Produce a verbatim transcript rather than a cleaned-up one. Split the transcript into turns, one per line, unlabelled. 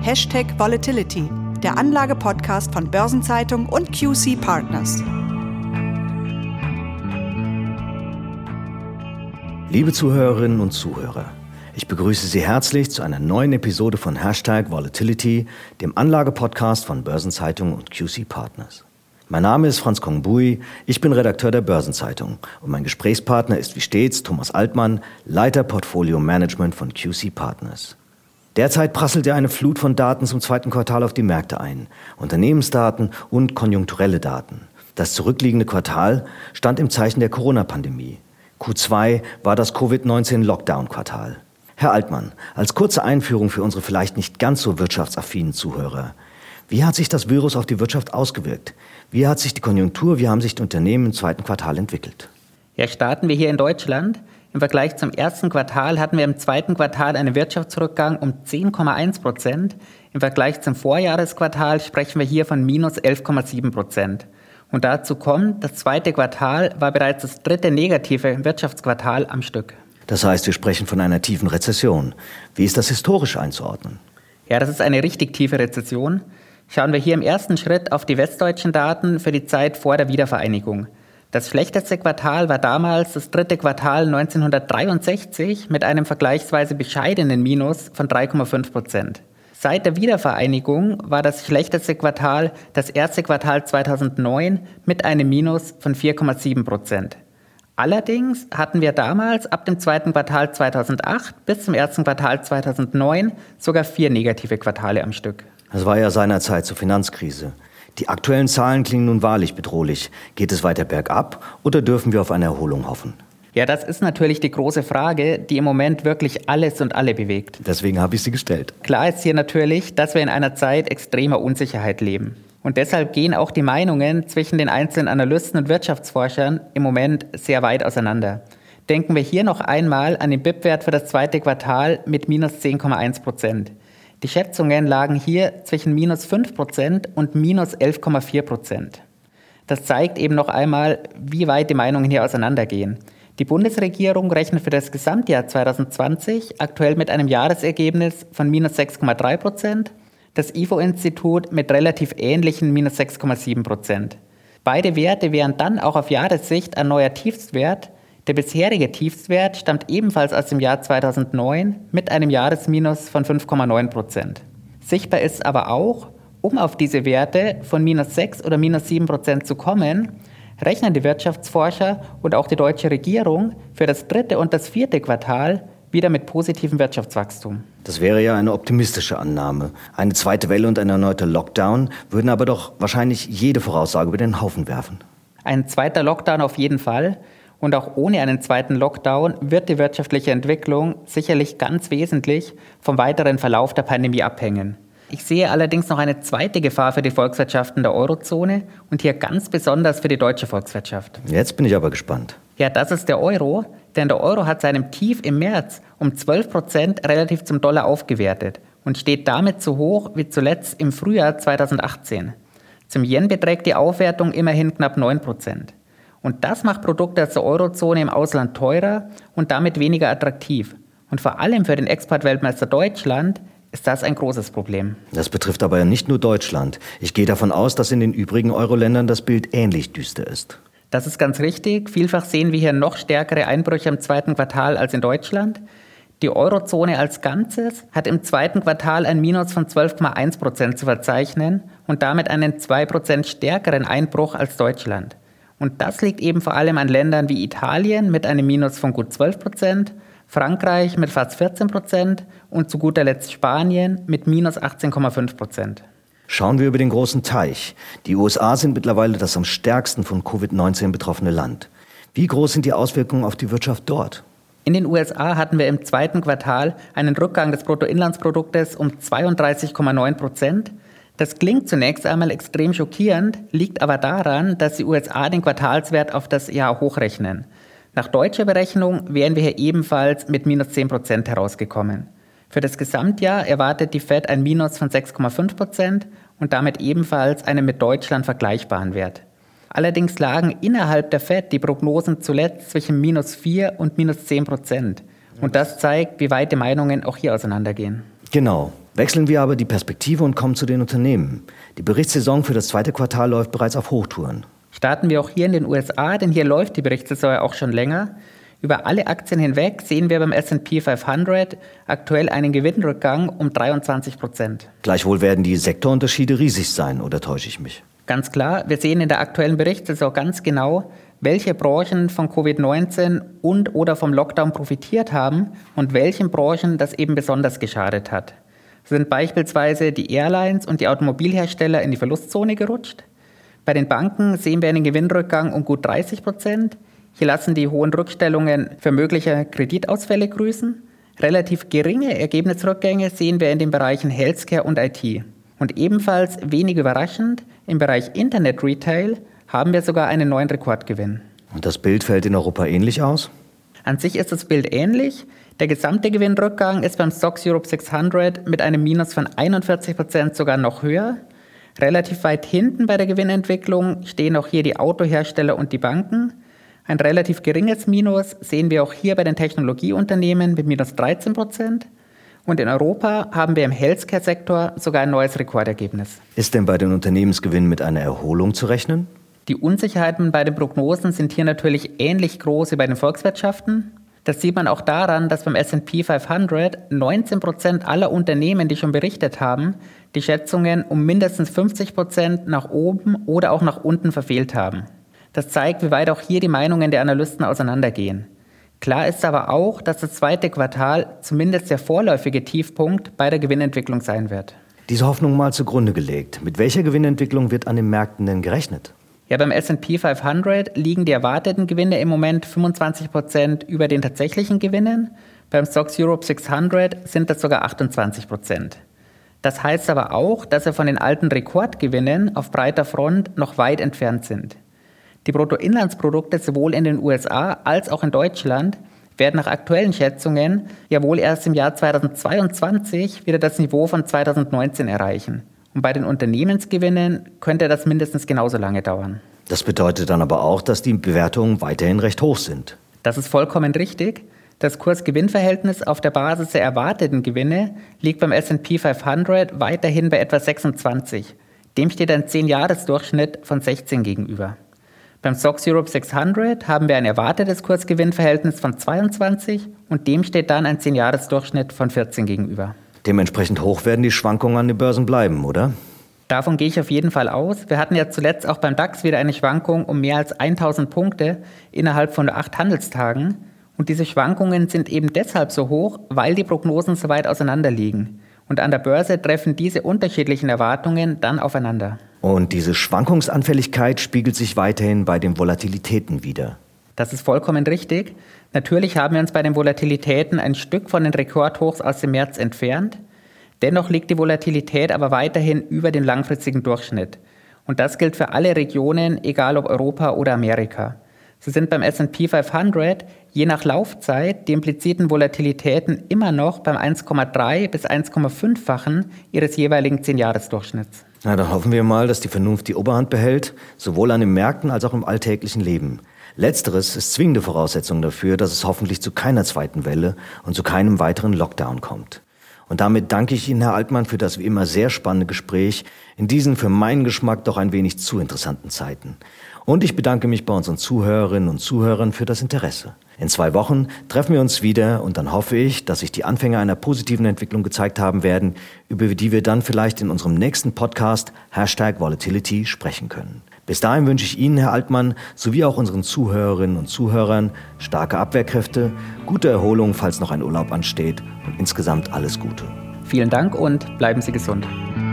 Hashtag Volatility, der Anlage-Podcast von Börsenzeitung und Q C Partners.
Liebe Zuhörerinnen und Zuhörer, ich begrüße Sie herzlich zu einer neuen Episode von Hashtag Volatility, dem Anlage-Podcast von Börsenzeitung und Q C Partners. Mein Name ist Franz Kongbui, ich bin Redakteur der Börsenzeitung und mein Gesprächspartner ist wie stets Thomas Altmann, Leiter Portfolio Management von Q C Partners. Derzeit prasselt ja eine Flut von Daten zum zweiten Quartal auf die Märkte ein, Unternehmensdaten und konjunkturelle Daten. Das zurückliegende Quartal stand im Zeichen der Corona-Pandemie. Q zwei war das Covid neunzehn Lockdown-Quartal. Herr Altmann, als kurze Einführung für unsere vielleicht nicht ganz so wirtschaftsaffinen Zuhörer. Wie hat sich das Virus auf die Wirtschaft ausgewirkt? Wie hat sich die Konjunktur, wie haben sich die Unternehmen im zweiten Quartal entwickelt?
Ja, starten wir hier in Deutschland. Im Vergleich zum ersten Quartal hatten wir im zweiten Quartal einen Wirtschaftsrückgang um zehn Komma eins Prozent. Im Vergleich zum Vorjahresquartal sprechen wir hier von minus elf Komma sieben Prozent. Und dazu kommt, das zweite Quartal war bereits das dritte negative Wirtschaftsquartal am Stück.
Das heißt, wir sprechen von einer tiefen Rezession. Wie ist das historisch einzuordnen?
Ja, das ist eine richtig tiefe Rezession. Schauen wir hier im ersten Schritt auf die westdeutschen Daten für die Zeit vor der Wiedervereinigung. Das schlechteste Quartal war damals das dritte Quartal neunzehnhundertdreiundsechzig mit einem vergleichsweise bescheidenen Minus von drei Komma fünf Prozent. Seit der Wiedervereinigung war das schlechteste Quartal das erste Quartal zweitausendneun mit einem Minus von vier Komma sieben Prozent. Allerdings hatten wir damals ab dem zweiten Quartal zweitausendacht bis zum ersten Quartal zweitausendneun sogar vier negative Quartale am Stück.
Das war ja seinerzeit zur Finanzkrise. Die aktuellen Zahlen klingen nun wahrlich bedrohlich. Geht es weiter bergab oder dürfen wir auf eine Erholung hoffen?
Ja, das ist natürlich die große Frage, die im Moment wirklich alles und alle bewegt.
Deswegen habe ich sie gestellt.
Klar ist hier natürlich, dass wir in einer Zeit extremer Unsicherheit leben. Und deshalb gehen auch die Meinungen zwischen den einzelnen Analysten und Wirtschaftsforschern im Moment sehr weit auseinander. Denken wir hier noch einmal an den B I P-Wert für das zweite Quartal mit minus zehn Komma eins Prozent. Die Schätzungen lagen hier zwischen minus fünf Prozent und minus elf Komma vier Prozent. Das zeigt eben noch einmal, wie weit die Meinungen hier auseinandergehen. Die Bundesregierung rechnet für das Gesamtjahr zweitausendzwanzig aktuell mit einem Jahresergebnis von minus sechs Komma drei Prozent, das I F O-Institut mit relativ ähnlichen minus sechs Komma sieben Prozent. Beide Werte wären dann auch auf Jahressicht ein neuer Tiefstwert. Der bisherige Tiefstwert stammt ebenfalls aus dem Jahr zweitausendneun mit einem Jahresminus von fünf Komma neun Prozent. Sichtbar ist aber auch, um auf diese Werte von minus sechs oder minus sieben Prozent zu kommen, rechnen die Wirtschaftsforscher und auch die deutsche Regierung für das dritte und das vierte Quartal wieder mit positivem Wirtschaftswachstum.
Das wäre ja eine optimistische Annahme. Eine zweite Welle und ein erneuter Lockdown würden aber doch wahrscheinlich jede Voraussage über den Haufen werfen.
Ein zweiter Lockdown auf jeden Fall. Und auch ohne einen zweiten Lockdown wird die wirtschaftliche Entwicklung sicherlich ganz wesentlich vom weiteren Verlauf der Pandemie abhängen. Ich sehe allerdings noch eine zweite Gefahr für die Volkswirtschaften der Eurozone und hier ganz besonders für die deutsche Volkswirtschaft.
Jetzt bin ich aber gespannt.
Ja, das ist der Euro, denn der Euro hat seinem Tief im März um zwölf Prozent relativ zum Dollar aufgewertet und steht damit so hoch wie zuletzt im Frühjahr zweitausendachtzehn. Zum Yen beträgt die Aufwertung immerhin knapp neun Prozent. Und das macht Produkte aus der Eurozone im Ausland teurer und damit weniger attraktiv. Und vor allem für den Exportweltmeister Deutschland ist das ein großes Problem.
Das betrifft aber nicht nur Deutschland. Ich gehe davon aus, dass in den übrigen Euro-Ländern das Bild ähnlich düster ist.
Das ist ganz richtig. Vielfach sehen wir hier noch stärkere Einbrüche im zweiten Quartal als in Deutschland. Die Eurozone als Ganzes hat im zweiten Quartal ein Minus von zwölf Komma eins Prozent zu verzeichnen und damit einen zwei Prozent stärkeren Einbruch als Deutschland. Und das liegt eben vor allem an Ländern wie Italien mit einem Minus von gut zwölf Prozent, Frankreich mit fast vierzehn Prozent und zu guter Letzt Spanien mit minus achtzehn Komma fünf Prozent.
Schauen wir über den großen Teich. Die U S A sind mittlerweile das am stärksten von Covid neunzehn betroffene Land. Wie groß sind die Auswirkungen auf die Wirtschaft dort?
In den U S A hatten wir im zweiten Quartal einen Rückgang des Bruttoinlandsproduktes um zweiunddreißig Komma neun Prozent. Das klingt zunächst einmal extrem schockierend, liegt aber daran, dass die U S A den Quartalswert auf das Jahr hochrechnen. Nach deutscher Berechnung wären wir hier ebenfalls mit minus zehn Prozent herausgekommen. Für das Gesamtjahr erwartet die Fed ein Minus von sechs Komma fünf Prozent und damit ebenfalls einen mit Deutschland vergleichbaren Wert. Allerdings lagen innerhalb der Fed die Prognosen zuletzt zwischen minus vier und minus zehn Prozent. Und das zeigt, wie weit die Meinungen auch hier auseinandergehen.
Genau. Wechseln wir aber die Perspektive und kommen zu den Unternehmen. Die Berichtssaison für das zweite Quartal läuft bereits auf Hochtouren.
Starten wir auch hier in den U S A, denn hier läuft die Berichtssaison ja auch schon länger. Über alle Aktien hinweg sehen wir beim S and P fünfhundert aktuell einen Gewinnrückgang um dreiundzwanzig Prozent.
Gleichwohl werden die Sektorunterschiede riesig sein, oder täusche ich mich?
Ganz klar, wir sehen in der aktuellen Berichtssaison ganz genau, welche Branchen von Covid neunzehn und oder vom Lockdown profitiert haben und welchen Branchen das eben besonders geschadet hat. So sind beispielsweise die Airlines und die Automobilhersteller in die Verlustzone gerutscht. Bei den Banken sehen wir einen Gewinnrückgang um gut dreißig Prozent. Hier lassen die hohen Rückstellungen für mögliche Kreditausfälle grüßen. Relativ geringe Ergebnisrückgänge sehen wir in den Bereichen Healthcare und I T. Und ebenfalls wenig überraschend, im Bereich Internet-Retail haben wir sogar einen neuen Rekordgewinn.
Und das Bild fällt in Europa ähnlich aus?
An sich ist das Bild ähnlich. Der gesamte Gewinnrückgang ist beim Stoxx Europe sechshundert mit einem Minus von einundvierzig Prozent sogar noch höher. Relativ weit hinten bei der Gewinnentwicklung stehen auch hier die Autohersteller und die Banken. Ein relativ geringes Minus sehen wir auch hier bei den Technologieunternehmen mit minus dreizehn Prozent. Und in Europa haben wir im Healthcare-Sektor sogar ein neues Rekordergebnis.
Ist denn bei den Unternehmensgewinnen mit einer Erholung zu rechnen?
Die Unsicherheiten bei den Prognosen sind hier natürlich ähnlich groß wie bei den Volkswirtschaften. Das sieht man auch daran, dass beim S and P fünfhundert neunzehn Prozent aller Unternehmen, die schon berichtet haben, die Schätzungen um mindestens fünfzig Prozent nach oben oder auch nach unten verfehlt haben. Das zeigt, wie weit auch hier die Meinungen der Analysten auseinandergehen. Klar ist aber auch, dass das zweite Quartal zumindest der vorläufige Tiefpunkt bei der Gewinnentwicklung sein wird.
Diese Hoffnung mal zugrunde gelegt. Mit welcher Gewinnentwicklung wird an den Märkten denn gerechnet?
Ja, beim S and P fünfhundert liegen die erwarteten Gewinne im Moment fünfundzwanzig Prozent über den tatsächlichen Gewinnen. Beim Stoxx Europe sechshundert sind das sogar achtundzwanzig Prozent. Das heißt aber auch, dass wir von den alten Rekordgewinnen auf breiter Front noch weit entfernt sind. Die Bruttoinlandsprodukte sowohl in den U S A als auch in Deutschland werden nach aktuellen Schätzungen ja wohl erst im Jahr zweitausendzweiundzwanzig wieder das Niveau von zweitausendneunzehn erreichen. Und bei den Unternehmensgewinnen könnte das mindestens genauso lange dauern.
Das bedeutet dann aber auch, dass die Bewertungen weiterhin recht hoch sind.
Das ist vollkommen richtig. Das Kurs-Gewinn-Verhältnis auf der Basis der erwarteten Gewinne liegt beim S and P fünfhundert weiterhin bei etwa sechsundzwanzig. Dem steht ein zehn-Jahres-Durchschnitt von sechzehn gegenüber. Beim Stoxx Europe sechshundert haben wir ein erwartetes Kursgewinnverhältnis von zweiundzwanzig und dem steht dann ein zehn-Jahres-Durchschnitt von vierzehn gegenüber.
Dementsprechend hoch werden die Schwankungen an den Börsen bleiben, oder?
Davon gehe ich auf jeden Fall aus. Wir hatten ja zuletzt auch beim DAX wieder eine Schwankung um mehr als tausend Punkte innerhalb von nur acht Handelstagen. Und diese Schwankungen sind eben deshalb so hoch, weil die Prognosen so weit auseinander liegen. Und an der Börse treffen diese unterschiedlichen Erwartungen dann aufeinander.
Und diese Schwankungsanfälligkeit spiegelt sich weiterhin bei den Volatilitäten wider.
Das ist vollkommen richtig. Natürlich haben wir uns bei den Volatilitäten ein Stück von den Rekordhochs aus dem März entfernt. Dennoch liegt die Volatilität aber weiterhin über dem langfristigen Durchschnitt. Und das gilt für alle Regionen, egal ob Europa oder Amerika. So sind beim S and P fünfhundert je nach Laufzeit die impliziten Volatilitäten immer noch beim eins Komma drei bis eins Komma fünf-fachen ihres jeweiligen zehn-Jahres-Durchschnitts.
Na, dann hoffen wir mal, dass die Vernunft die Oberhand behält, sowohl an den Märkten als auch im alltäglichen Leben. Letzteres ist zwingende Voraussetzung dafür, dass es hoffentlich zu keiner zweiten Welle und zu keinem weiteren Lockdown kommt. Und damit danke ich Ihnen, Herr Altmann, für das wie immer sehr spannende Gespräch in diesen für meinen Geschmack doch ein wenig zu interessanten Zeiten. Und ich bedanke mich bei unseren Zuhörerinnen und Zuhörern für das Interesse. In zwei Wochen treffen wir uns wieder und dann hoffe ich, dass sich die Anfänge einer positiven Entwicklung gezeigt haben werden, über die wir dann vielleicht in unserem nächsten Podcast Hashtag Volatility sprechen können. Bis dahin wünsche ich Ihnen, Herr Altmann, sowie auch unseren Zuhörerinnen und Zuhörern starke Abwehrkräfte, gute Erholung, falls noch ein Urlaub ansteht und insgesamt alles Gute.
Vielen Dank und bleiben Sie gesund.